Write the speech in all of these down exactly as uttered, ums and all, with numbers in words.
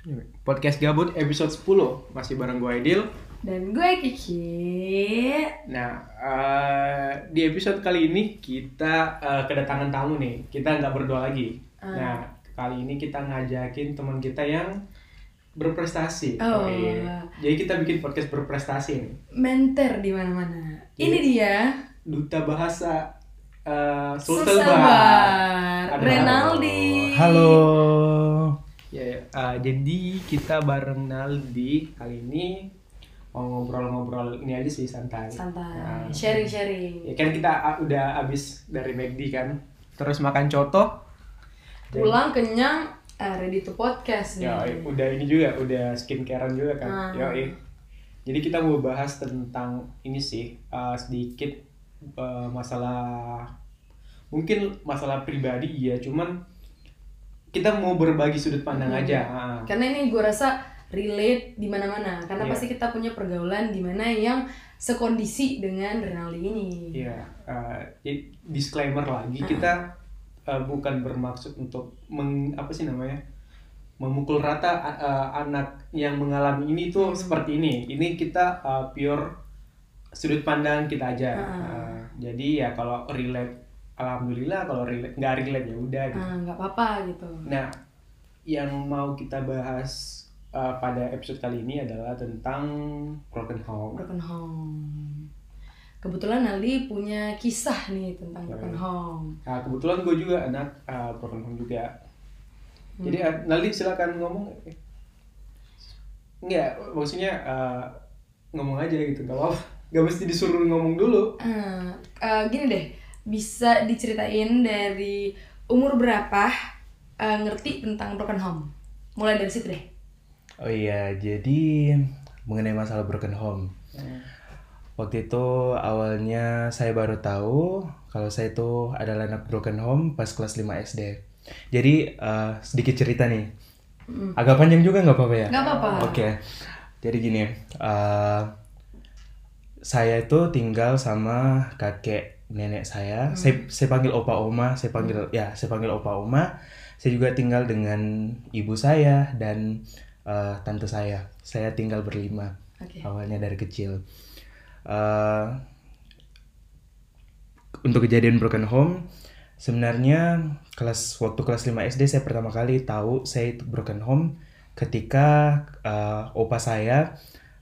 Podcast Gabut episode sepuluh. Masih bareng gue Aidil dan gue Kiki. Nah, uh, di episode kali ini kita uh, kedatangan tamu nih. Kita nggak berdua lagi. uh. Nah, kali ini kita ngajakin teman kita yang berprestasi. Oh. Okay. Jadi kita bikin podcast berprestasi nih. Mentor di mana-mana. Ini dia duta bahasa uh, Sulselbar, Renaldi. Halo. Ya, ya. Uh, jadi kita bareng Naldi kali ini mau ngobrol-ngobrol ini aja sih, santai. Santai. Nah, sharing-sharing. Ya kan kita uh, udah abis dari McD kan, terus makan coto. Pulang dan kenyang, uh, ready to podcast nih. Ya, udah ini juga, udah skincarean juga kan. Hmm. Ya, jadi kita mau bahas tentang ini sih, uh, sedikit uh, masalah, mungkin masalah pribadi ya, cuman kita mau berbagi sudut pandang hmm. aja. Ah. Karena ini gue rasa relate di mana-mana. Karena yeah. pasti kita punya pergaulan di mana yang sekondisi dengan Renaldi ini. Iya. Yeah. Uh, disclaimer lagi, uh. kita uh, bukan bermaksud untuk meng, apa sih namanya, memukul rata uh, anak yang mengalami ini tuh hmm. seperti ini. Ini kita uh, pure sudut pandang kita aja. Uh. Uh, jadi ya kalau relate, alhamdulillah, kalau relate nggak relate ya udah gitu. Ah, nggak apa-apa gitu. Nah, yang mau kita bahas uh, pada episode kali ini adalah tentang broken home. Broken home. Kebetulan Naldi punya kisah nih tentang ya. broken home. Nah, kebetulan gue juga anak uh, broken home juga. Hmm. Jadi uh, Naldi silakan ngomong. Enggak, maksudnya uh, ngomong aja gitu, nggak apa-apa. Nggak mesti disuruh ngomong dulu. Uh, uh, gini deh. Bisa diceritain dari umur berapa uh, ngerti tentang broken home? Mulai dari situ deh. Oh iya, jadi mengenai masalah broken home. Hmm. Waktu itu awalnya saya baru tahu kalau saya itu adalah anak broken home pas kelas lima S D. Jadi uh, sedikit cerita nih. Hmm. Agak panjang juga nggak apa-apa ya? Nggak apa-apa. Oke. Okay. Jadi gini, uh, saya itu tinggal sama kakek nenek saya. Hmm. saya saya panggil opa oma saya panggil hmm. ya saya panggil opa oma saya juga tinggal dengan ibu saya dan uh, tante saya saya tinggal berlima. Okay. Awalnya dari kecil. Uh, untuk kejadian broken home sebenarnya kelas waktu kelas lima S D saya pertama kali tahu saya itu broken home ketika uh, opa saya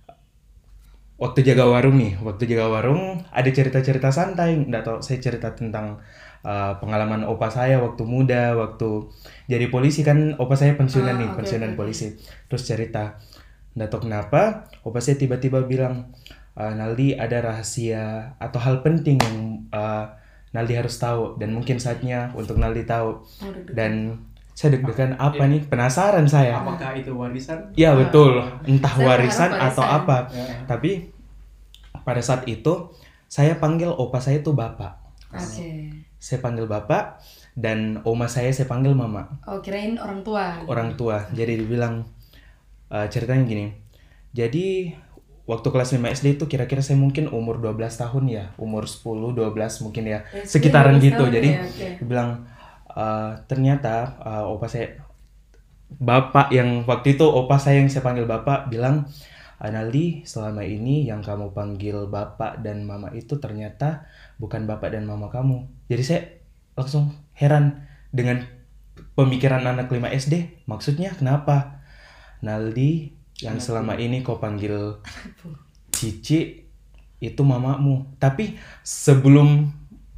waktu jaga warung nih, waktu jaga warung ada cerita-cerita santai, nggak tahu saya cerita tentang uh, pengalaman opa saya waktu muda, waktu jadi polisi kan opa saya pensiunan ah, nih, okay, pensiunan okay. polisi. Terus cerita, nggak tahu kenapa opa saya tiba-tiba bilang, uh, Naldi ada rahasia atau hal penting yang uh, Naldi harus tahu dan mungkin saatnya untuk Naldi tahu. Oh, dan saya deg-degan apa ya. nih, penasaran saya. Apakah itu warisan? Ya betul, entah saya warisan, warisan atau apa. Ya. Tapi pada saat itu saya panggil opa saya itu bapak. Oke. Okay. Saya panggil bapak dan oma saya saya panggil mama. Oh, kirain orang tua. Orang tua. Jadi dibilang uh, ceritanya gini. Jadi waktu kelas lima S D itu kira-kira saya mungkin umur dua belas tahun ya, umur sepuluh dua belas mungkin ya. S D, sekitaran gitu. Jadi ya, okay. dibilang Uh, ternyata uh, opa saya bapak yang waktu itu opa saya yang saya panggil bapak bilang, Naldi selama ini yang kamu panggil bapak dan mama itu ternyata bukan bapak dan mama kamu. Jadi saya langsung heran dengan pemikiran anak lima S D. Maksudnya kenapa? Naldi yang selama ini kau panggil Cici itu mamamu. Tapi sebelum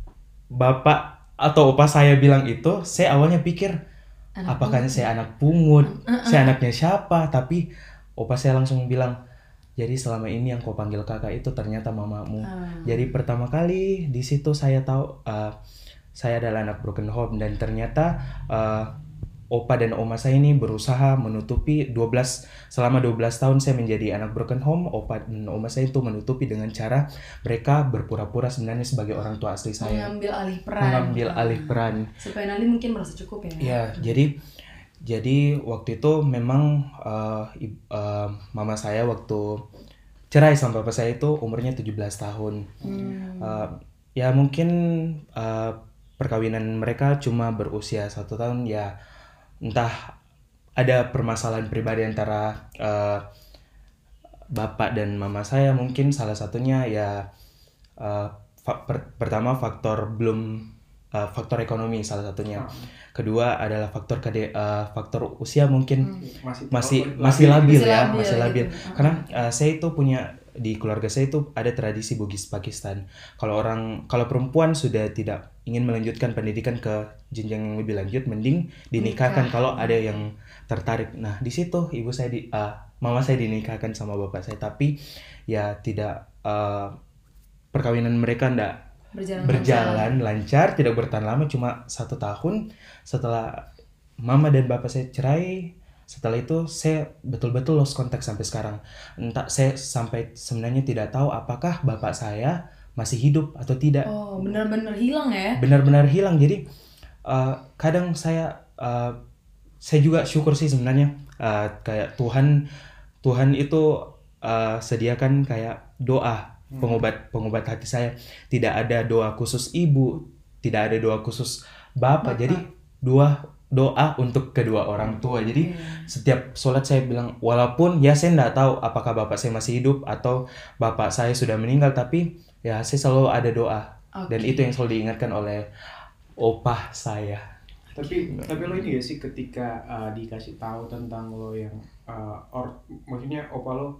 bapak atau opa saya bilang itu, saya awalnya pikir anak apakah pungut. saya anak pungut, uh, uh. saya anaknya siapa, tapi opa saya langsung bilang, jadi selama ini yang kau panggil kakak itu ternyata mamamu. Uh. Jadi pertama kali di situ saya tahu uh, saya adalah anak broken home dan ternyata uh, opa dan oma saya ini berusaha menutupi dua belas selama dua belas tahun saya menjadi anak broken home. Opa dan oma saya itu menutupi dengan cara mereka berpura-pura sebenarnya sebagai orang tua asli saya. Mengambil alih peran. Mengambil alih peran. Supaya nanti mungkin merasa cukup ya. Ya, jadi jadi waktu itu memang uh, uh, mama saya waktu cerai sama papa saya itu umurnya tujuh belas tahun. Hmm. Uh, ya mungkin uh, perkawinan mereka cuma berusia satu tahun ya. Entah ada permasalahan pribadi antara uh, bapak dan mama saya. Mungkin salah satunya ya uh, fa- per- pertama faktor belum uh, faktor ekonomi salah satunya. Hmm. Kedua adalah faktor kade, uh, faktor usia mungkin Masih masih terlalu- masih labil Masih ya, labil masih labil. gitu. Karena uh, saya itu punya di keluarga saya itu ada tradisi Bugis Pakistan. Kalau orang kalau perempuan sudah tidak ingin melanjutkan pendidikan ke jenjang yang lebih lanjut, mending dinikahkan Nikah. kalau ada yang tertarik. Nah, di situ ibu saya di uh, mama saya dinikahkan sama bapak saya, tapi ya tidak uh, perkawinan mereka ndak Berjalan, berjalan lancar, tidak bertahan lama, cuma satu tahun setelah mama dan bapak saya cerai. Setelah itu saya betul-betul lost contact sampai sekarang. Entah saya sampai sebenarnya tidak tahu apakah bapak saya masih hidup atau tidak. Oh, benar-benar hilang ya? Benar-benar hilang. Jadi uh, kadang saya uh, saya juga syukur sih sebenarnya uh, kayak Tuhan Tuhan itu uh, sediakan kayak doa pengobat pengobat hati saya. Tidak ada doa khusus ibu, tidak ada doa khusus bapak. Bapak. Jadi dua doa untuk kedua orang tua. Jadi Iya. setiap sholat saya bilang, walaupun ya saya nggak tahu apakah bapak saya masih hidup atau bapak saya sudah meninggal, tapi ya saya selalu ada doa. Dan Oke. itu yang selalu diingatkan oleh opah saya. Tapi tapi lo ini gak sih ketika uh, dikasih tahu tentang lo yang uh, or maksudnya opa lo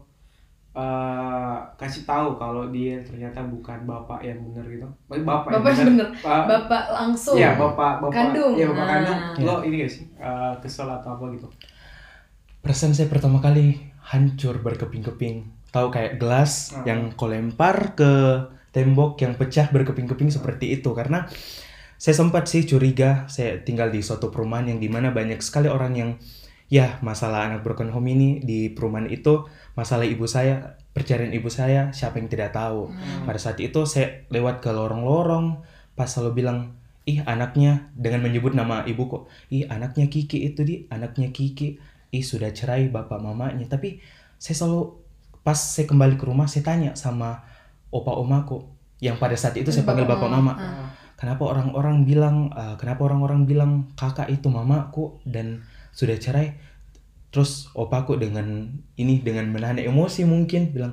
uh, kasih tahu kalau dia ternyata bukan bapak yang benar gitu. Maksudnya bapak, Bapak yang bener. Uh, Bapak langsung. Iya, bapak bapak Kandung. Iya, bapak Nah. kandung. Lo ini gak sih uh, kesel atau apa gitu? Perasaan saya pertama kali hancur berkeping-keping. Tahu kayak gelas Hmm. yang kau lempar ke tembok yang pecah berkeping-keping seperti itu. Karena saya sempat sih curiga, saya tinggal di suatu perumahan yang dimana banyak sekali orang yang ya masalah anak broken home ini di perumahan itu, masalah ibu saya, perceraian ibu saya, siapa yang tidak tahu. Hmm. Pada saat itu saya lewat ke lorong-lorong, pas selalu bilang, ih anaknya, dengan menyebut nama ibu kok, ih anaknya Kiki itu di, anaknya Kiki, ih sudah cerai bapak mamanya. Tapi saya selalu, pas saya kembali ke rumah, saya tanya sama opa omaku, yang pada saat itu saya panggil Bapak bapak mama. mama. Ah. Kenapa orang-orang bilang, uh, kenapa orang-orang bilang kakak itu mamaku dan sudah cerai? Terus opaku dengan ini, dengan menahan emosi mungkin bilang,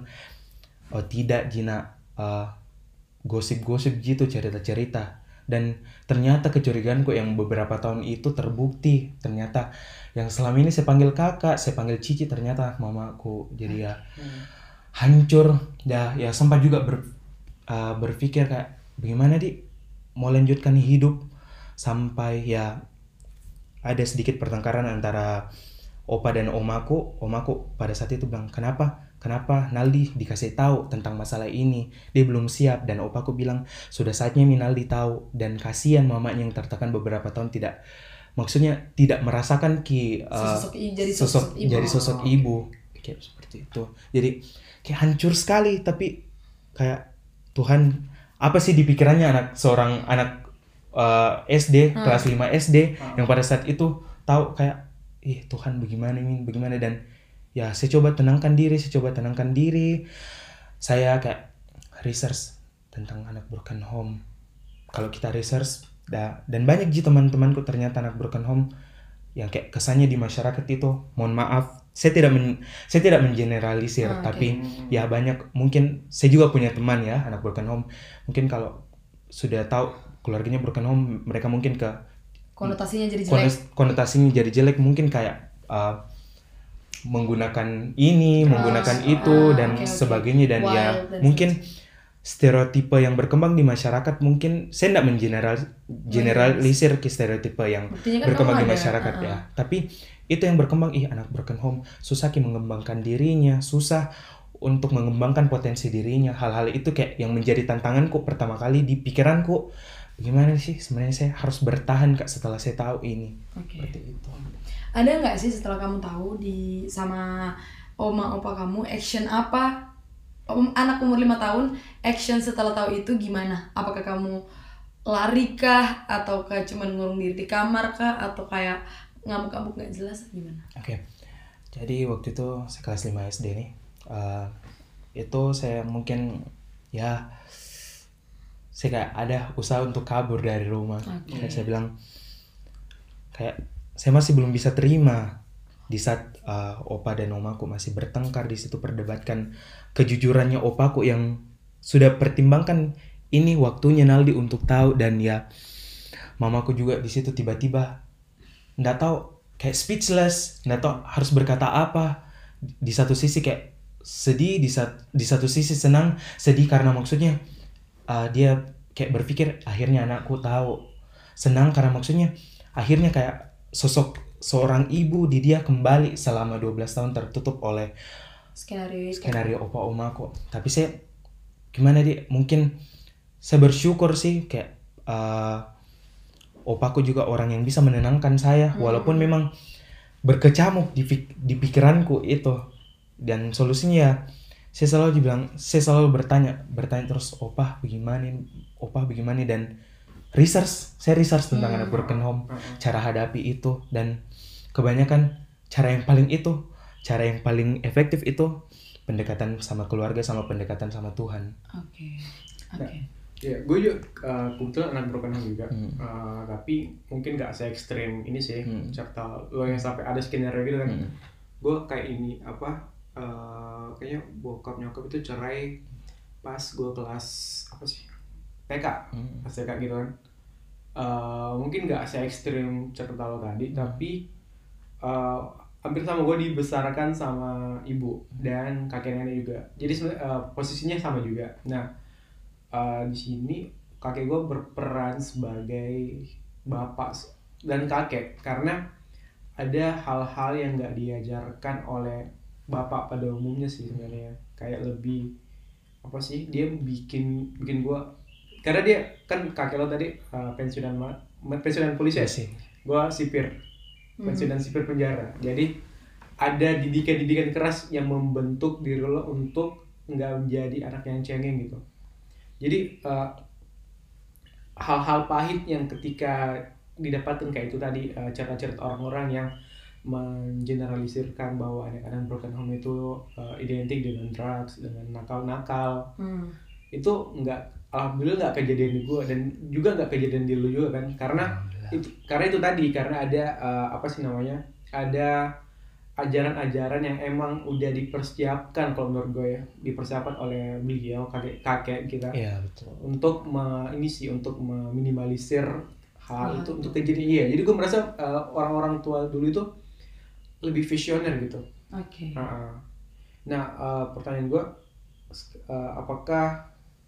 oh tidak Gina, uh, gosip-gosip gitu, cerita-cerita. Dan ternyata kecurigaanku yang beberapa tahun itu terbukti. Ternyata yang selama ini saya panggil kakak, saya panggil cici, ternyata mamaku. Jadi ya hancur. Ya, ya sempat juga ber, uh, berpikir kayak, bagaimana di mau lanjutkan hidup. Sampai ya ada sedikit pertengkaran antara opa dan omaku. Omaku pada saat itu bilang, kenapa? Kenapa Naldi dikasih tahu tentang masalah ini? Dia belum siap. Dan opaku bilang, sudah saatnya Naldi tahu. Dan kasihan mamanya yang tertekan beberapa tahun tidak, maksudnya tidak merasakan ki uh, Sosok i- jadi sosok, sosok ibu. jadi sosok ibu. Kayak seperti itu. Jadi kayak hancur sekali. Tapi kayak Tuhan, apa sih di pikirannya anak seorang anak uh, S D Hmm. kelas lima S D Hmm. yang pada saat itu tahu kayak, ih Tuhan bagaimana ini, bagaimana. Dan ya saya coba tenangkan diri, saya coba tenangkan diri. Saya kayak research tentang anak broken home. Kalau kita research, da, dan banyak sih teman-temanku ternyata anak broken home yang kayak kesannya di masyarakat itu, mohon maaf, saya tidak men, saya tidak mengeneralisir, Ah, oke. tapi ya banyak, mungkin saya juga punya teman ya anak broken home. Mungkin kalau sudah tahu keluarganya broken home, mereka mungkin ke Konotasinya jadi jelek. konos- konotasinya jadi jelek, mungkin kayak uh, menggunakan ini, Ah, menggunakan ah, itu dan oke, oke. sebagainya. Dan Wild ya dan mungkin stereotipe yang berkembang di masyarakat, mungkin saya tidak mengeneral generalisir ke stereotipe yang Buktinya kan berkembang kamu di ada, masyarakat ah, ya. ah. Tapi itu yang berkembang, ih anak broken home susah ki mengembangkan dirinya, susah untuk mengembangkan potensi dirinya. Hal-hal itu kayak yang menjadi tantanganku pertama kali di pikiranku. Gimana sih sebenarnya saya harus bertahan Kak setelah saya tahu ini. Oke. Seperti itu. Ada nggak sih setelah kamu tahu di sama oma opa kamu action apa? Om, anak umur lima tahun action setelah tahu itu gimana? Apakah kamu lari kah ataukah cuman ngurung diri di kamar kah atau kayak ngamuk-ngamuk nggak jelas gimana? Oke. Jadi waktu itu saya kelas lima S D nih. Uh, itu saya mungkin ya saya kayak ada usaha untuk kabur dari rumah. Oke. Kayak saya bilang kayak saya masih belum bisa terima di saat uh, opa dan omaku masih bertengkar di situ, perdebatkan kejujurannya opaku yang sudah pertimbangkan ini waktunya Naldi untuk tahu, dan ya mamaku juga di situ tiba-tiba nggak tahu, kayak speechless, nggak tahu harus berkata apa. Di satu sisi kayak sedih, di sat, di satu sisi senang. Sedih karena maksudnya uh, dia kayak berpikir akhirnya anakku tahu. Senang karena maksudnya akhirnya kayak sosok seorang ibu di dia kembali selama dua belas tahun tertutup oleh Skenario itu. skenario opa omaku. Tapi saya gimana dia, mungkin saya bersyukur sih kayak uh, opaku juga orang yang bisa menenangkan saya, hmm. walaupun memang berkecamuk di, di pikiranku itu. Dan solusinya ya saya selalu dibilang, saya selalu bertanya bertanya terus, opa bagaimana, opa bagaimana, dan research, saya research tentang hmm. anak broken home, hmm. cara hadapi itu. Dan kebanyakan cara yang paling itu, cara yang paling efektif itu pendekatan sama keluarga, sama pendekatan sama Tuhan. Oke, okay. oke. Okay. Ya, gue juga uh, kebetulan anak broken home juga, hmm. uh, tapi mungkin gak se ekstrim ini sih, hmm. cerita lo yang sampai ada skenario gitu kan. Hmm. Gue kayak ini apa, uh, kayaknya bokap nyokap itu cerai pas gue kelas apa sih, T K, hmm. pas T K gitu kan. Uh, mungkin gak se ekstrim cerita lo tadi, hmm. tapi uh, hampir sama, gue dibesarkan sama ibu dan kakek nenek juga, jadi uh, posisinya sama juga. Nah, Uh, di sini kakek gue berperan sebagai bapak dan kakek, karena ada hal-hal yang nggak diajarkan oleh bapak pada umumnya sih sebenarnya. Kayak lebih apa sih, dia bikin bikin gue, karena dia kan kakek lo tadi uh, pensiunan pensiunan polisi ya sih, gue sipir, pensiunan sipir penjara. Jadi ada didikan-didikan keras yang membentuk diri lo untuk nggak menjadi anak yang cengeng gitu. Jadi uh, hal-hal pahit yang ketika didapatkan kayak itu tadi, uh, cerita-cerita orang-orang yang mengeneralisirkan bahwa anak-anak broken home itu uh, identik dengan drugs, dengan nakal-nakal, hmm. itu nggak, alhamdulillah nggak kejadian di gue, dan juga nggak kejadian di lu juga kan, karena itu karena itu tadi karena ada uh, apa sih namanya, ada ajaran-ajaran yang emang udah dipersiapkan, kalau menurut gue ya, dipersiapkan oleh beliau, kakek kakek kita, ya, betul. Untuk me, ini sih untuk meminimalisir hal oh, itu, untuk kejadian. Iya, jadi gue merasa uh, orang-orang tua dulu itu lebih visioner gitu. Oke. Okay. Nah, nah uh, pertanyaan gue, uh, apakah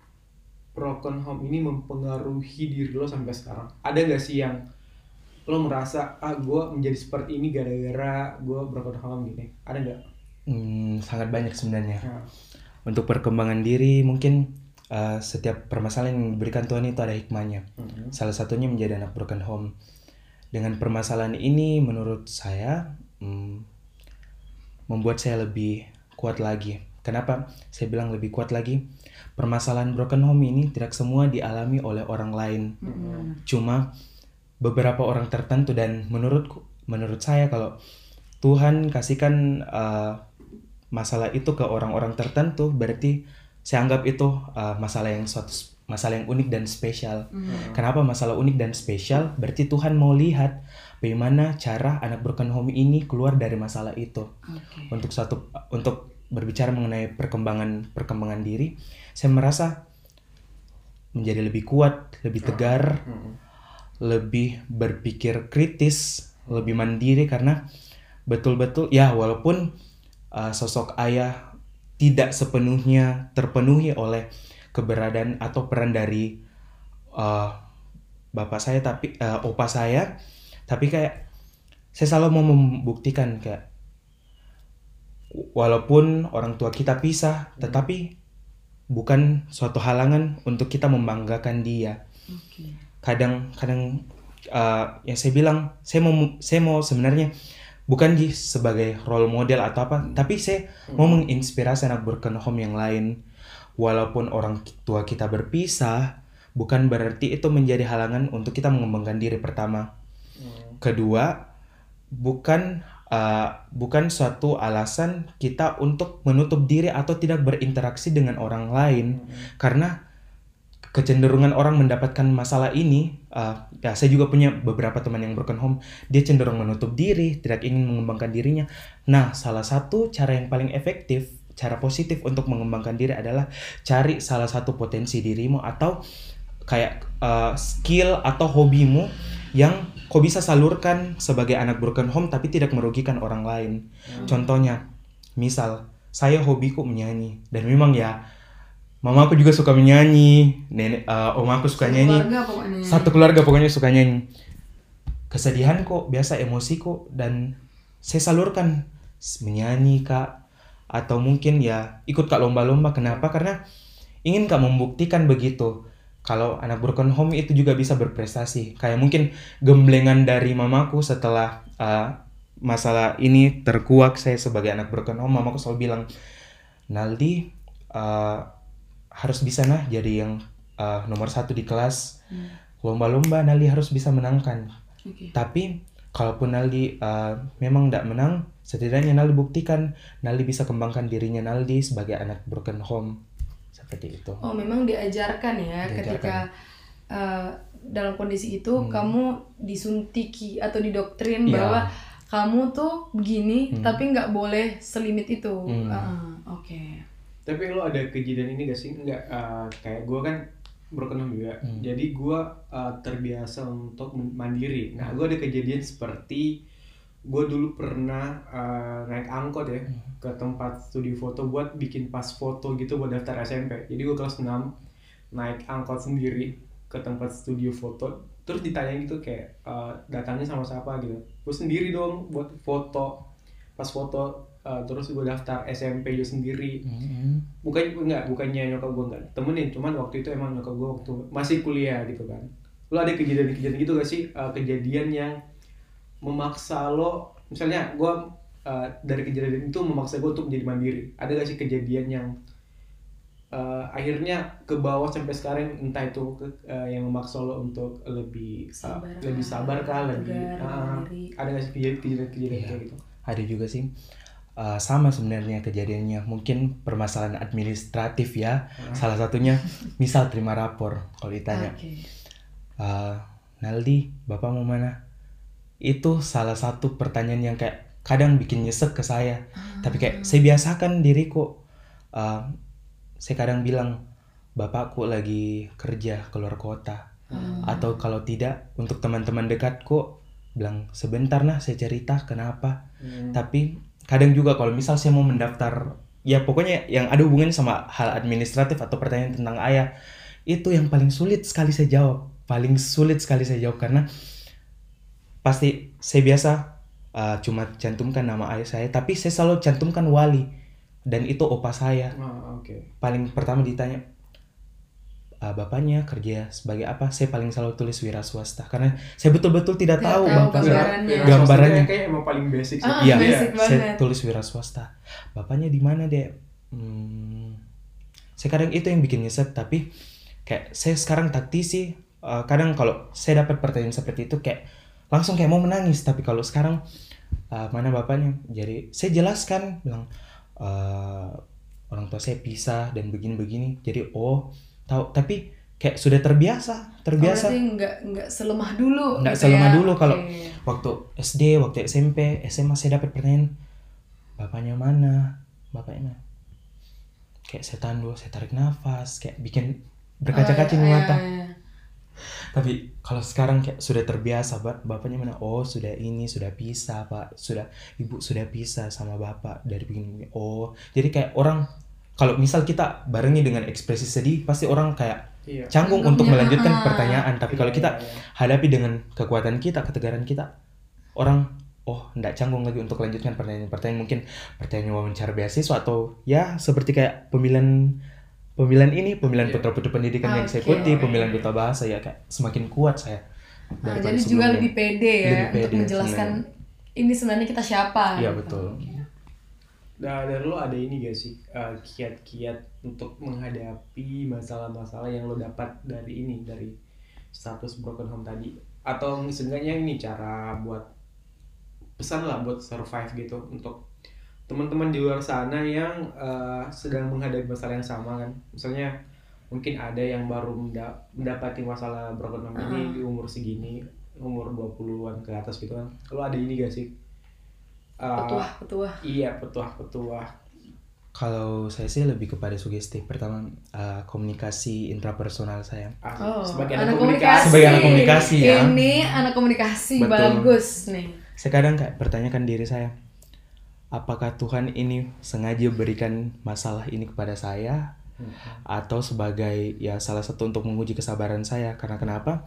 broken home ini mempengaruhi diri lo sampai sekarang? Ada nggak sih yang lo merasa, ah gue menjadi seperti ini gara-gara gue broken home gini? Ada nggak? Hmm, sangat banyak sebenarnya. Ya. Untuk perkembangan diri mungkin uh, setiap permasalahan yang diberikan Tuhan itu ada hikmahnya. Mm-hmm. Salah satunya menjadi anak broken home. Dengan permasalahan ini menurut saya hmm, membuat saya lebih kuat lagi. Kenapa saya bilang lebih kuat lagi? Permasalahan broken home ini tidak semua dialami oleh orang lain. Mm-hmm. Cuma beberapa orang tertentu, dan menurutku, menurut saya kalau Tuhan kasihkan uh, masalah itu ke orang-orang tertentu, berarti saya anggap itu uh, masalah yang suatu masalah yang unik dan spesial. Mm. Kenapa masalah unik dan spesial? Berarti Tuhan mau lihat bagaimana cara anak broken home ini keluar dari masalah itu. Okay. Untuk satu untuk berbicara mengenai perkembangan perkembangan diri, saya merasa menjadi lebih kuat, lebih tegar. Mm. Lebih berpikir kritis, lebih mandiri, karena betul-betul ya walaupun uh, sosok ayah tidak sepenuhnya terpenuhi oleh keberadaan atau peran dari uh, bapak saya, tapi uh, opa saya, tapi kayak saya selalu mau membuktikan kayak walaupun orang tua kita pisah, tetapi bukan suatu halangan untuk kita membanggakan dia. Okay. Kadang kadang uh, yang saya bilang, saya mau saya mau sebenarnya bukan sebagai role model atau apa, tapi saya hmm. mau menginspirasi anak broken home yang lain. Walaupun orang tua kita berpisah, bukan berarti itu menjadi halangan untuk kita mengembangkan diri pertama. Hmm. Kedua, bukan uh, bukan suatu alasan kita untuk menutup diri atau tidak berinteraksi dengan orang lain. Hmm. Karena kecenderungan orang mendapatkan masalah ini, uh, ya saya juga punya beberapa teman yang broken home, dia cenderung menutup diri, tidak ingin mengembangkan dirinya. Nah, salah satu cara yang paling efektif, cara positif untuk mengembangkan diri adalah cari salah satu potensi dirimu atau kayak uh, skill atau hobimu yang kau bisa salurkan sebagai anak broken home tapi tidak merugikan orang lain. Hmm. Contohnya, misal saya hobiku menyanyi dan memang ya mama aku juga suka menyanyi, nenek, uh, om aku suka nyanyi, keluarga satu keluarga pokoknya suka nyanyi. Kesedihanku, biasa emosiku dan saya salurkan menyanyi kak, atau mungkin ya ikut kak lomba-lomba. Kenapa? Karena ingin kak membuktikan begitu. Kalau anak broken home itu juga bisa berprestasi. Kayak mungkin gemblengan dari mamaku setelah uh, masalah ini terkuak saya sebagai anak broken home, mamaku selalu bilang, Naldi, uh, harus bisa nah jadi yang uh, nomor satu di kelas. Hmm. Lomba-lomba Naldi harus bisa menangkan. Okay. Tapi kalaupun Naldi uh, memang tidak menang, setidaknya Naldi buktikan Naldi bisa kembangkan dirinya Naldi sebagai anak broken home. Seperti itu. Oh, memang diajarkan ya, diajarkan. Ketika uh, dalam kondisi itu hmm. kamu disuntiki atau didoktrin ya. Bahwa kamu tuh begini, hmm. tapi nggak boleh selimit itu. Hmm. Uh, Oke. Okay. Tapi lo ada kejadian ini gak sih? Enggak, uh, kayak gue kan broken home juga. Hmm. Jadi gue uh, terbiasa untuk mandiri. Nah, gue ada kejadian seperti gue dulu pernah uh, naik angkot ya hmm. ke tempat studi foto buat bikin pas foto gitu buat daftar S M P. Jadi gue kelas enam naik angkot sendiri ke tempat studio foto. Terus ditanya gitu kayak uh, datangnya sama siapa gitu. Gue sendiri dong buat foto. Pas foto Uh, terus gue daftar S M P juga sendiri. Mm-hmm. Bukan enggak, bukannya nyokap gue enggak temenin, cuman waktu itu emang nyokap gue waktu masih kuliah gitu kan. Lo ada kejadian-kejadian gitu gak sih? Uh, kejadian yang memaksa lo, misalnya gue uh, dari kejadian itu memaksa gue untuk menjadi mandiri. Ada gak sih kejadian yang uh, akhirnya ke bawah sampai sekarang, entah itu uh, yang memaksa lo untuk lebih uh, sabar, lebih sabar kah, lebih uh, ada gak sih kejadian-kejadian iya. kayak gitu? Ada juga sih. Uh, sama sebenarnya kejadiannya, mungkin permasalahan administratif ya. Hmm. Salah satunya misal terima rapor, kalau ditanya okay. uh, Naldi, bapak mau mana? Itu salah satu pertanyaan yang kayak kadang bikin nyesek ke saya. Hmm. Tapi kayak saya biasakan diriku, uh, saya kadang bilang bapakku lagi kerja keluar kota. Hmm. Atau kalau tidak, untuk teman-teman dekatku bilang sebentar nah saya cerita kenapa. Hmm. Tapi kadang juga kalau misal saya mau mendaftar, ya pokoknya yang ada hubungannya sama hal administratif atau pertanyaan tentang ayah, itu yang paling sulit sekali saya jawab. Paling sulit sekali saya jawab karena pasti saya biasa uh, cuma cantumkan nama ayah saya, tapi saya selalu cantumkan wali dan itu opa saya. Oh, okay. Paling pertama ditanya, Uh, bapaknya kerja sebagai apa, saya paling selalu tulis wira swasta karena saya betul-betul tidak, tidak tahu, tahu bapak gambarannya. gambarannya kayak emang paling basic sih. Ah, iya, basic saya tulis wira swasta. Bapaknya di mana dek? Hmm, sekarang itu yang bikin nyesek. Tapi kayak saya sekarang taktisi, uh, kadang kalau saya dapat pertanyaan seperti itu kayak langsung kayak mau menangis. Tapi kalau sekarang uh, mana bapaknya? Jadi saya jelaskan bilang uh, orang tua saya pisah dan begini-begini. Jadi oh tahu, tapi kayak sudah terbiasa, terbiasa. Oh, berarti nggak nggak selemah dulu. Nggak gitu selemah ya? dulu kalau okay. waktu S D, waktu S M P, S M A saya dapat pertanyaan, bapaknya mana, bapaknya mana. Kayak saya tahan dulu, saya tarik nafas, kayak bikin berkaca-kaca oh, di iya, mata. iya, iya. Tapi kalau sekarang kayak sudah terbiasa, bapaknya mana, oh sudah ini sudah pisah pak, sudah ibu sudah pisah sama bapak dari begini. Oh jadi kayak orang kalau misal kita barengi dengan ekspresi sedih, pasti orang kayak iya. canggung untuk melanjutkan pertanyaan. Tapi iya, kalau kita iya, iya. hadapi dengan kekuatan kita, ketegaran kita, orang, oh, nggak canggung lagi untuk melanjutkan pertanyaan-pertanyaan. Mungkin pertanyaan wawancara beasiswa atau ya seperti kayak pemilihan pemilihan ini, pemilihan yeah. putra-putri pendidikan okay. yang saya ikuti, pemilihan duta bahasa ya kayak semakin kuat saya. Nah, jadi juga lebih pede ya lebih pede, untuk menjelaskan sebenarnya. Ini sebenarnya kita siapa. Iya betul. Okay. Nah, dari lo ada ini gak sih uh, kiat-kiat untuk menghadapi masalah-masalah yang lo dapat dari ini, dari status broken home tadi? Atau seenggaknya ini cara buat pesan lah buat survive gitu untuk teman-teman di luar sana yang uh, sedang menghadapi masalah yang sama kan? Misalnya mungkin ada yang baru menda- mendapati masalah broken home ini Uh-uh. di umur segini, umur dua puluhan ke atas gitu kan. Lo ada ini gak sih? Uh, Petuah-petuah. Iya, petuah-petuah. Kalau saya sih lebih kepada sugesti. Pertama, uh, komunikasi intrapersonal saya. Ah, Oh, sebagai anak anak komunikasi. komunikasi. Sebagai anak komunikasi, ya. Ini anak komunikasi Betul. bagus nih. Saya kadang kayak pertanyakan diri saya, apakah Tuhan ini sengaja berikan masalah ini kepada saya, Hmm. atau sebagai ya salah satu untuk menguji kesabaran saya? Karena kenapa?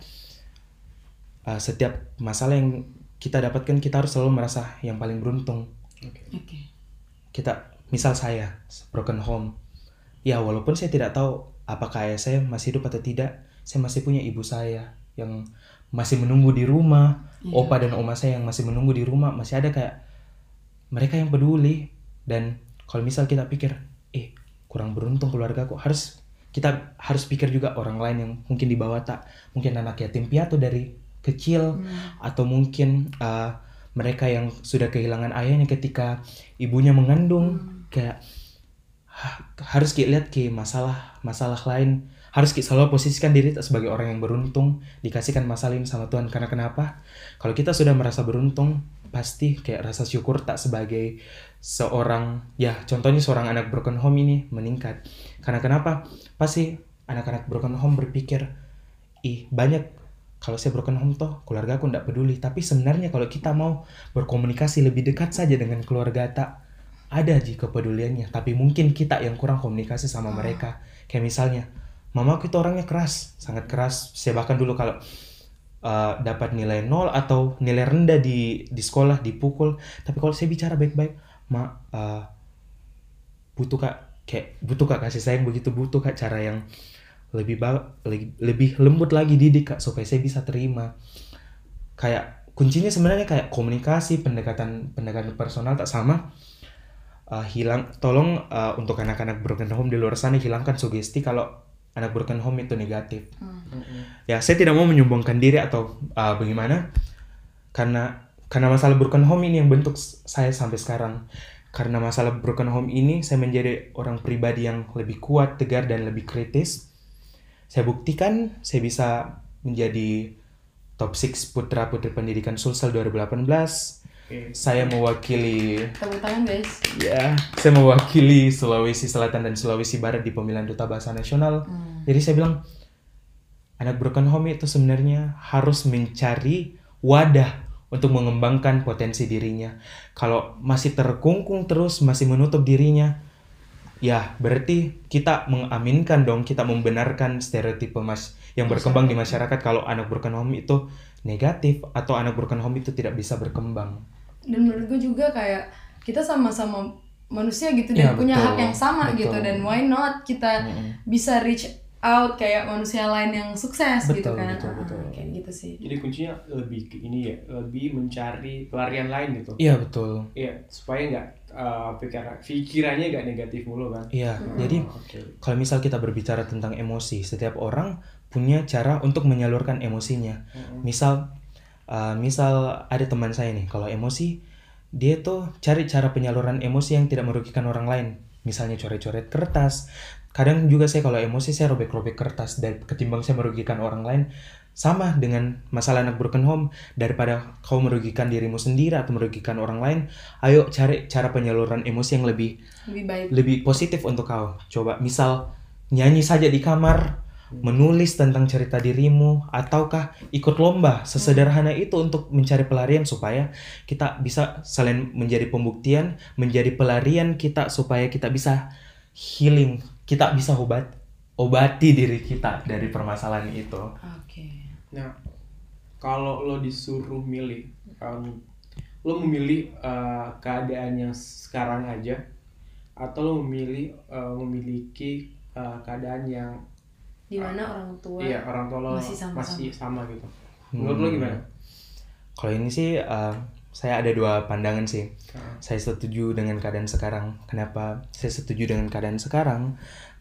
Uh, setiap masalah yang kita dapatkan, kita harus selalu merasa yang paling beruntung. Oke. Oke. Kita, misal saya broken home, ya walaupun saya tidak tahu apakah ayah saya masih hidup atau tidak, saya masih punya ibu saya yang masih menunggu di rumah, Iya. opa dan oma saya yang masih menunggu di rumah. Masih ada kayak mereka yang peduli. Dan kalau misal kita pikir, eh kurang beruntung keluargaku, harus kita harus pikir juga orang lain yang mungkin di bawah tak, mungkin anak yatim piatu dari kecil, Hmm. atau mungkin uh, mereka yang sudah kehilangan ayahnya ketika ibunya mengandung. Hmm. Kayak ha- harus kita lihat ke masalah masalah lain, harus kita selalu posisikan diri sebagai orang yang beruntung dikasihkan masalah ini sama Tuhan. Karena kenapa? Kalau kita sudah merasa beruntung, pasti kayak rasa syukur tak sebagai seorang, ya contohnya seorang anak broken home ini meningkat. Karena kenapa? Pasti anak-anak broken home berpikir, ih banyak, kalau saya broken home toh keluarga aku ndak peduli. Tapi sebenarnya kalau kita mau berkomunikasi lebih dekat saja dengan keluarga tak, ada aja kepeduliannya. Tapi mungkin kita yang kurang komunikasi sama mereka. Kayak misalnya, mama aku itu orangnya keras, sangat keras. Saya bahkan dulu kalau uh, dapat nilai nol atau nilai rendah di di sekolah dipukul. Tapi kalau saya bicara baik-baik, ma uh, butuh kak, kayak butuh kak kasih sayang, begitu butuh kak cara yang lebih ba- lebih, lebih lembut lagi, didik kak, supaya saya bisa terima. Kayak kuncinya sebenarnya kayak komunikasi, pendekatan pendekatan personal tak sama. Uh, hilang, tolong uh, untuk anak-anak broken home di luar sana, hilangkan sugesti kalau anak broken home itu negatif. Hmm. Ya saya tidak mau menyombongkan diri atau uh, bagaimana, karena karena masalah broken home ini yang bentuk saya sampai sekarang. Karena masalah broken home ini saya menjadi orang pribadi yang lebih kuat, tegar, dan lebih kritis. Saya buktikan saya bisa menjadi top enam putra putri pendidikan Sulsel dua ribu delapan belas. Oke. Saya mewakili, Tepuk tangan guys. ya, saya mewakili Sulawesi Selatan dan Sulawesi Barat di pemilihan Duta Bahasa Nasional. Hmm. Jadi saya bilang, anak broken home itu sebenarnya harus mencari wadah untuk mengembangkan potensi dirinya. Kalau masih terkungkung terus, masih menutup dirinya, ya berarti kita mengaminkan dong, kita membenarkan stereotipe mas yang berkembang di masyarakat kalau anak broken home itu negatif atau anak broken home itu tidak bisa berkembang. Dan menurut gue juga kayak kita sama-sama manusia gitu Ya, dan punya betul. hak yang sama Betul. gitu, dan why not kita Mm-mm. bisa reach out kayak manusia lain yang sukses gitu Betul, kan. betul, Ah, betul. kayak gitu sih. Jadi kuncinya lebih ke ini ya, lebih mencari pelarian lain gitu. Iya betul. Iya, supaya nggak uh, pikiran pikirannya nggak negatif mulu kan. Iya, Hmm. jadi Oke. kalau misal kita berbicara tentang emosi, setiap orang punya cara untuk menyalurkan emosinya. Mm-mm. Misal, uh, misal ada teman saya nih, kalau emosi, dia tuh cari cara penyaluran emosi yang tidak merugikan orang lain. Misalnya coret-coret kertas. Kadang juga saya kalau emosi saya robek-robek kertas, dan ketimbang saya merugikan orang lain. Sama dengan masalah anak broken home, daripada kau merugikan dirimu sendiri atau merugikan orang lain, ayo cari cara penyaluran emosi yang lebih Lebih baik. lebih positif untuk kau. Coba misal nyanyi saja di kamar, menulis tentang cerita dirimu, ataukah ikut lomba sesederhana itu untuk mencari pelarian, supaya kita bisa selain menjadi pembuktian, menjadi pelarian kita, supaya kita bisa healing, kita bisa obat obati diri kita dari permasalahan itu. Oke. Nah, kalau lo disuruh milih, um, lo memilih uh, keadaan yang sekarang aja, atau lo memilih uh, memiliki uh, keadaan yang Di mana orang tua iya orang tua lo masih sama-sama. masih sama gitu. Menurut lo Hmm. gimana? Kalau ini sih uh, saya ada dua pandangan sih. Uh, Saya setuju dengan keadaan sekarang. Kenapa saya setuju dengan keadaan sekarang?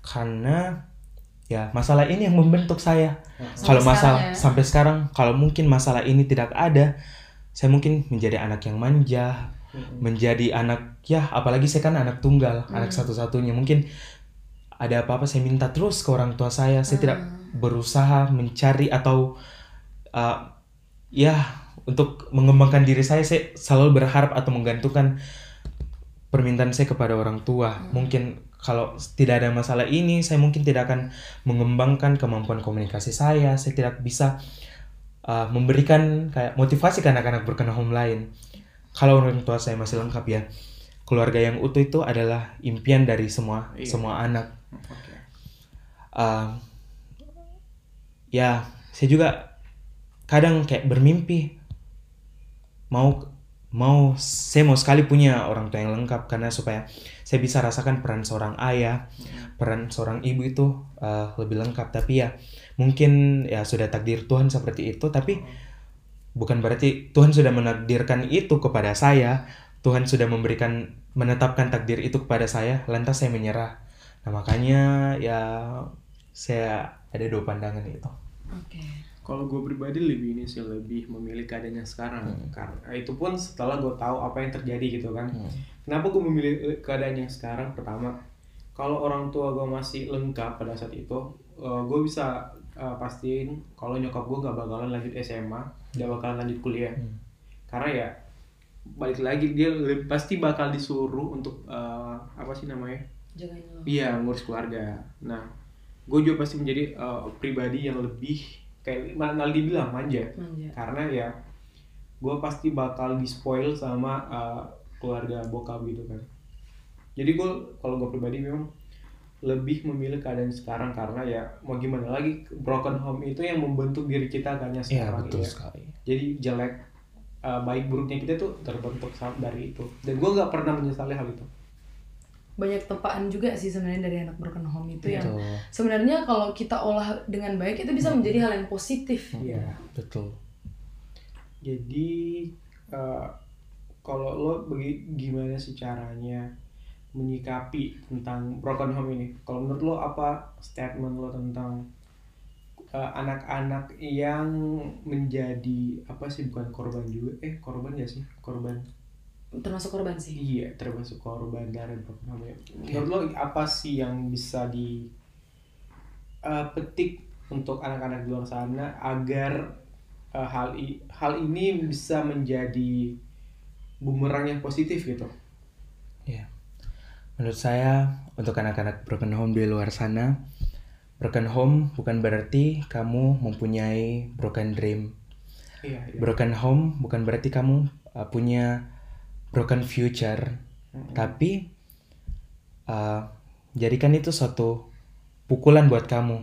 Karena ya masalah ini yang membentuk saya. Sampai Kalau sekarang masalah ya. sampai sekarang, kalau mungkin masalah ini tidak ada, saya mungkin menjadi anak yang manja, mm-mm. menjadi anak, ya apalagi saya kan anak tunggal, anak satu-satunya. Mungkin ada apa-apa saya minta terus ke orang tua saya. Saya tidak berusaha mencari atau uh, ya untuk mengembangkan diri saya. Saya selalu berharap atau menggantungkan permintaan saya kepada orang tua. Hmm. Mungkin kalau tidak ada masalah ini, saya mungkin tidak akan mengembangkan kemampuan komunikasi saya. Saya tidak bisa uh, memberikan kayak motivasi ke anak-anak broken home lain. Kalau orang tua saya masih lengkap ya. Keluarga yang utuh itu adalah impian dari semua iya. semua anak. Okay. Uh, ya, saya juga kadang kayak bermimpi mau mau saya mau sekali punya orang tua yang lengkap, karena supaya saya bisa rasakan peran seorang ayah, hmm. peran seorang ibu itu uh, lebih lengkap. Tapi ya mungkin ya sudah takdir Tuhan seperti itu, tapi hmm. bukan berarti Tuhan sudah menakdirkan itu kepada saya. Tuhan sudah memberikan, menetapkan takdir itu kepada saya, lantas saya menyerah. Nah makanya ya saya ada dua pandangan itu. Oke. Okay. Kalau gue pribadi lebih ini sih, lebih memilih keadaannya sekarang. Hmm. Karena itu pun setelah gue tahu apa yang terjadi gitu kan. Hmm. Kenapa gue memilih keadaan yang sekarang? Pertama, kalau orang tua gue masih lengkap pada saat itu, uh, gue bisa uh, pastiin kalau nyokap gue gak bakalan lanjut S M A, gak bakalan lanjut kuliah. Hmm. Karena ya balik lagi dia pasti bakal disuruh untuk uh, apa sih namanya? Jagain lo. Iya, ngurus keluarga. Nah, gue juga pasti menjadi uh, pribadi yang lebih kayak Naldi bilang manja. manja. Karena ya gue pasti bakal di-spoil sama uh, keluarga bokap gitu kan. Jadi gue kalau gue pribadi memang lebih memilih keadaan sekarang, karena ya mau gimana lagi, broken home itu yang membentuk diri kita kan ya sekarang. Iya, betul ya. sekali. Jadi jelek Uh, baik buruknya kita tuh terbentuk dari itu, dan gue nggak pernah menyesali hal itu. Banyak tempaan juga sih sebenarnya dari anak broken home itu, betul. Yang sebenarnya kalau kita olah dengan baik itu bisa menjadi hal yang positif. Iya, betul. Jadi uh, kalau lo bagi gimana sih caranya menyikapi tentang broken home ini? Kalau menurut lo apa statement lo tentang Uh, anak-anak yang menjadi apa sih, bukan korban juga eh korban ya sih korban termasuk korban sih iya termasuk korban dari broken home. Menurut lo apa sih yang bisa di uh, petik untuk anak-anak di luar sana agar uh, hal i- hal ini bisa menjadi bumerang yang positif gitu? Ya, menurut saya untuk anak-anak broken home di luar sana, broken home bukan berarti kamu mempunyai broken dream. Iya, iya. Broken home bukan berarti kamu uh, punya broken future. Mm-hmm. Tapi uh, jadikan itu suatu pukulan buat kamu.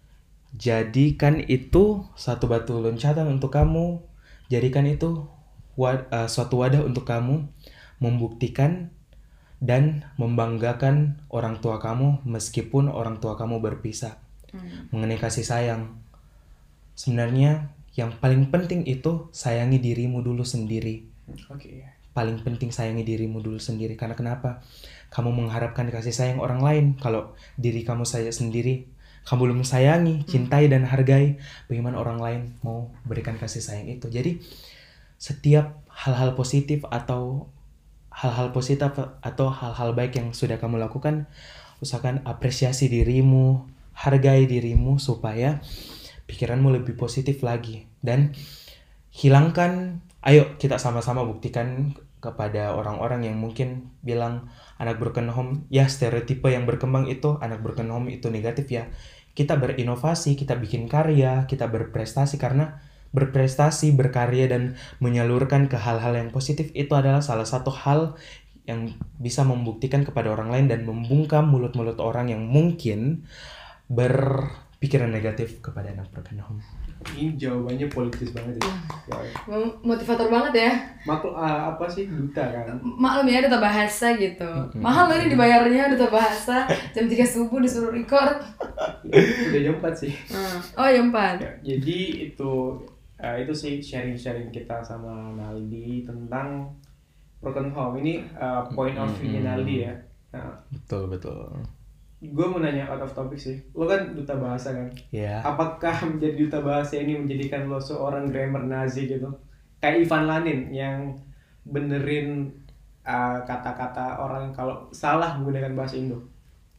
Jadikan itu satu batu loncatan untuk kamu. Jadikan itu wad- uh, suatu wadah untuk kamu membuktikan dan membanggakan orang tua kamu meskipun orang tua kamu berpisah. Hmm. Mengenai kasih sayang, sebenarnya yang paling penting itu sayangi dirimu dulu sendiri. Oke. Okay. Paling penting sayangi dirimu dulu sendiri. Karena kenapa? Kamu mengharapkan kasih sayang orang lain, kalau diri kamu saja sendiri kamu belum sayangi, cintai dan hargai, bagaimana orang lain mau berikan kasih sayang itu? Jadi setiap hal-hal positif atau hal-hal positif atau hal-hal baik yang sudah kamu lakukan, usahakan apresiasi dirimu, hargai dirimu supaya pikiranmu lebih positif lagi. Dan hilangkan, ayo kita sama-sama buktikan kepada orang-orang yang mungkin bilang anak broken home, ya stereotipe yang berkembang itu anak broken home itu negatif ya. Kita berinovasi, kita bikin karya, kita berprestasi, karena berprestasi, berkarya, dan menyalurkan ke hal-hal yang positif itu adalah salah satu hal yang bisa membuktikan kepada orang lain dan membungkam mulut-mulut orang yang mungkin berpikiran negatif kepada anak broken home. Ini jawabannya politis banget ya. Motivator banget ya. Maklum uh, apa sih duta kan? Maklum ya, duta bahasa gitu. Mm-hmm. Mahal loh ini dibayarnya duta bahasa. Jam tiga subuh disuruh record. Udah jam empat sih. Uh. Oh jam empat. Ya, jadi itu uh, itu sih sharing-sharing kita sama Naldi tentang broken home. Ini uh, point of view-nya Naldi ya. Nah, betul betul. Gue mau nanya out of topic sih. Lo kan duta bahasa kan? Iya. Yeah. Apakah menjadi duta bahasa ini menjadikan lo seorang grammar Nazi gitu? Kayak Ivan Lanin yang benerin uh, kata-kata orang kalau salah menggunakan bahasa Indo.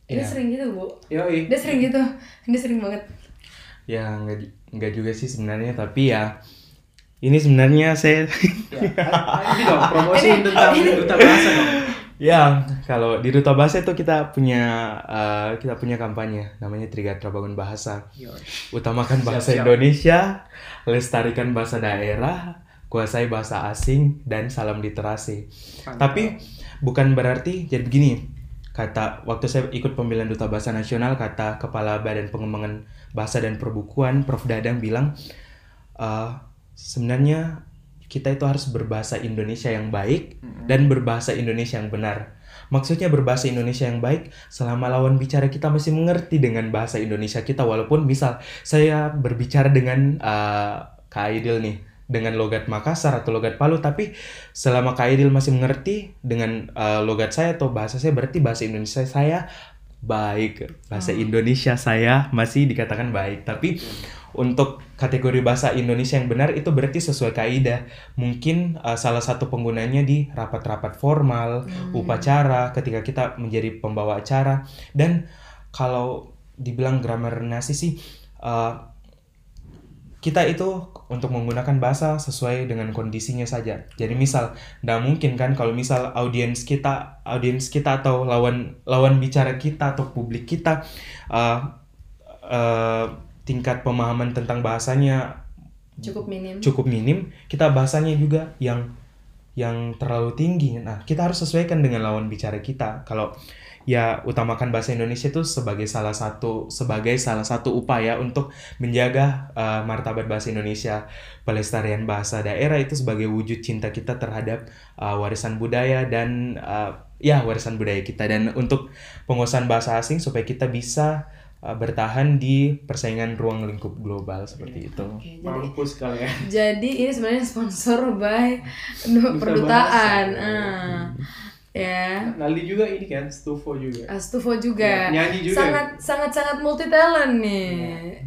Dia Iya. sering gitu, Bu. Yoi. Dia sering gitu. Dia sering banget. Ya nggak nggak juga sih sebenarnya, tapi ya ini sebenarnya saya Ya, ini dong promosi tentang duta bahasa dong. ya kalau di Duta Bahasa itu kita punya uh, kita punya kampanye namanya Trigatra Bangun Bahasa. Yoi. Utamakan bahasa Siap, siap. Indonesia, lestarikan bahasa daerah, kuasai bahasa asing, dan salam literasi. Mantap. Tapi bukan berarti jadi begini. Kata waktu saya ikut pemilihan Duta Bahasa Nasional, kata Kepala Badan Pengembangan Bahasa dan Perbukuan, Prof Dadang bilang, uh, sebenarnya kita itu harus berbahasa Indonesia yang baik dan berbahasa Indonesia yang benar. Maksudnya berbahasa Indonesia yang baik selama lawan bicara kita masih mengerti dengan bahasa Indonesia kita. Walaupun misal saya berbicara dengan uh, Kak Aidil nih, dengan logat Makassar atau logat Palu, tapi selama Kak Aidil masih mengerti dengan uh, logat saya atau bahasa saya, berarti bahasa Indonesia saya baik. Bahasa Indonesia saya masih dikatakan baik. Tapi untuk kategori bahasa Indonesia yang benar itu berarti sesuai kaidah. Mungkin uh, salah satu penggunanya di rapat-rapat formal, Hmm. upacara, ketika kita menjadi pembawa acara. Dan kalau dibilang grammar nasi sih, uh, kita itu untuk menggunakan bahasa sesuai dengan kondisinya saja. Jadi misal, nggak mungkin kan kalau misal audiens kita, audiens kita atau lawan lawan bicara kita atau publik kita uh, uh, tingkat pemahaman tentang bahasanya Cukup minim. cukup minim, kita bahasanya juga yang yang terlalu tinggi. Nah, kita harus sesuaikan dengan lawan bicara kita. Kalau ya utamakan bahasa Indonesia itu sebagai salah satu sebagai salah satu upaya untuk menjaga uh, martabat bahasa Indonesia, pelestarian bahasa daerah itu sebagai wujud cinta kita terhadap uh, warisan budaya dan uh, ya warisan budaya kita, dan untuk penguasaan bahasa asing supaya kita bisa uh, bertahan di persaingan ruang lingkup global seperti itu. Oke, jadi Mampus sekali ya. jadi ini sebenarnya sponsor by Duta Perdutaan. Bahasa. Ah. Ya. Naldi juga ini kan, Stufo juga. Astufo juga. Ya, nyanyi juga. Sangat sangat sangat multi talent nih.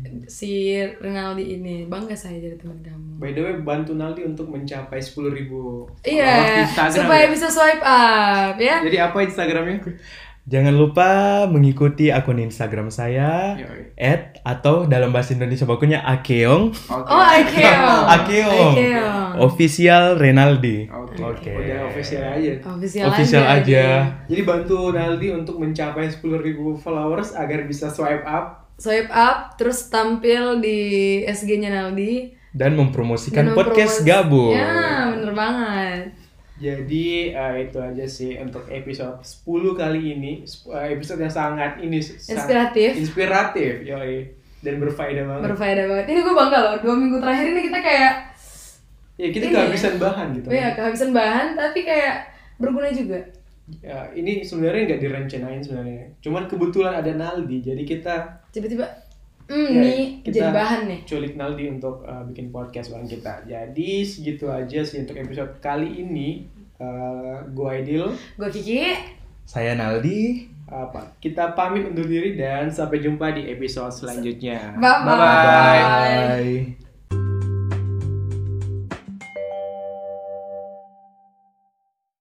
Si Rinaldi ini. Bangga saya jadi teman kamu. By the way, bantu Naldi untuk mencapai sepuluh ribu Iya, supaya ya. bisa swipe up ya. Jadi apa Instagramnya? Jangan lupa mengikuti akun Instagram saya Yoi. at atau dalam bahasa Indonesia bakunya Akeong Oke. Oh, Akeong. Akeong Akeong. Official Renaldi. Oke. Oke. Udah official aja. Official, Official aja. aja. Jadi bantu Naldi untuk mencapai sepuluh ribu followers agar bisa swipe up. Swipe up terus tampil di S G-nya Naldi. Dan mempromosikan Dan podcast mempromosi- Gabung. Ya, bener banget. Jadi eh, itu aja sih untuk episode sepuluh kali ini. Sep- eh, episode yang sangat ini sangat Inspiratif. inspiratif, yoi. Dan berfaedah banget. Berfaedah banget. Ini gue bangga loh. Dua minggu terakhir ini kita kayak Ya kita Ini kehabisan bahan gitu. oh ya kehabisan bahan tapi kayak berguna juga. Ya, ini sebenarnya nggak direncanain sebenarnya. Cuman kebetulan ada Naldi, jadi kita Tiba-tiba hmm ya, nih kita jadi bahan nih. culik Naldi untuk uh, bikin podcast bareng kita. Jadi segitu aja sih untuk episode kali ini. Uh, gue Aidil, Gue Kiki. Saya Naldi. apa? Kita pamit undur diri dan sampai jumpa di episode selanjutnya. Bye-bye. Bye-bye. Bye.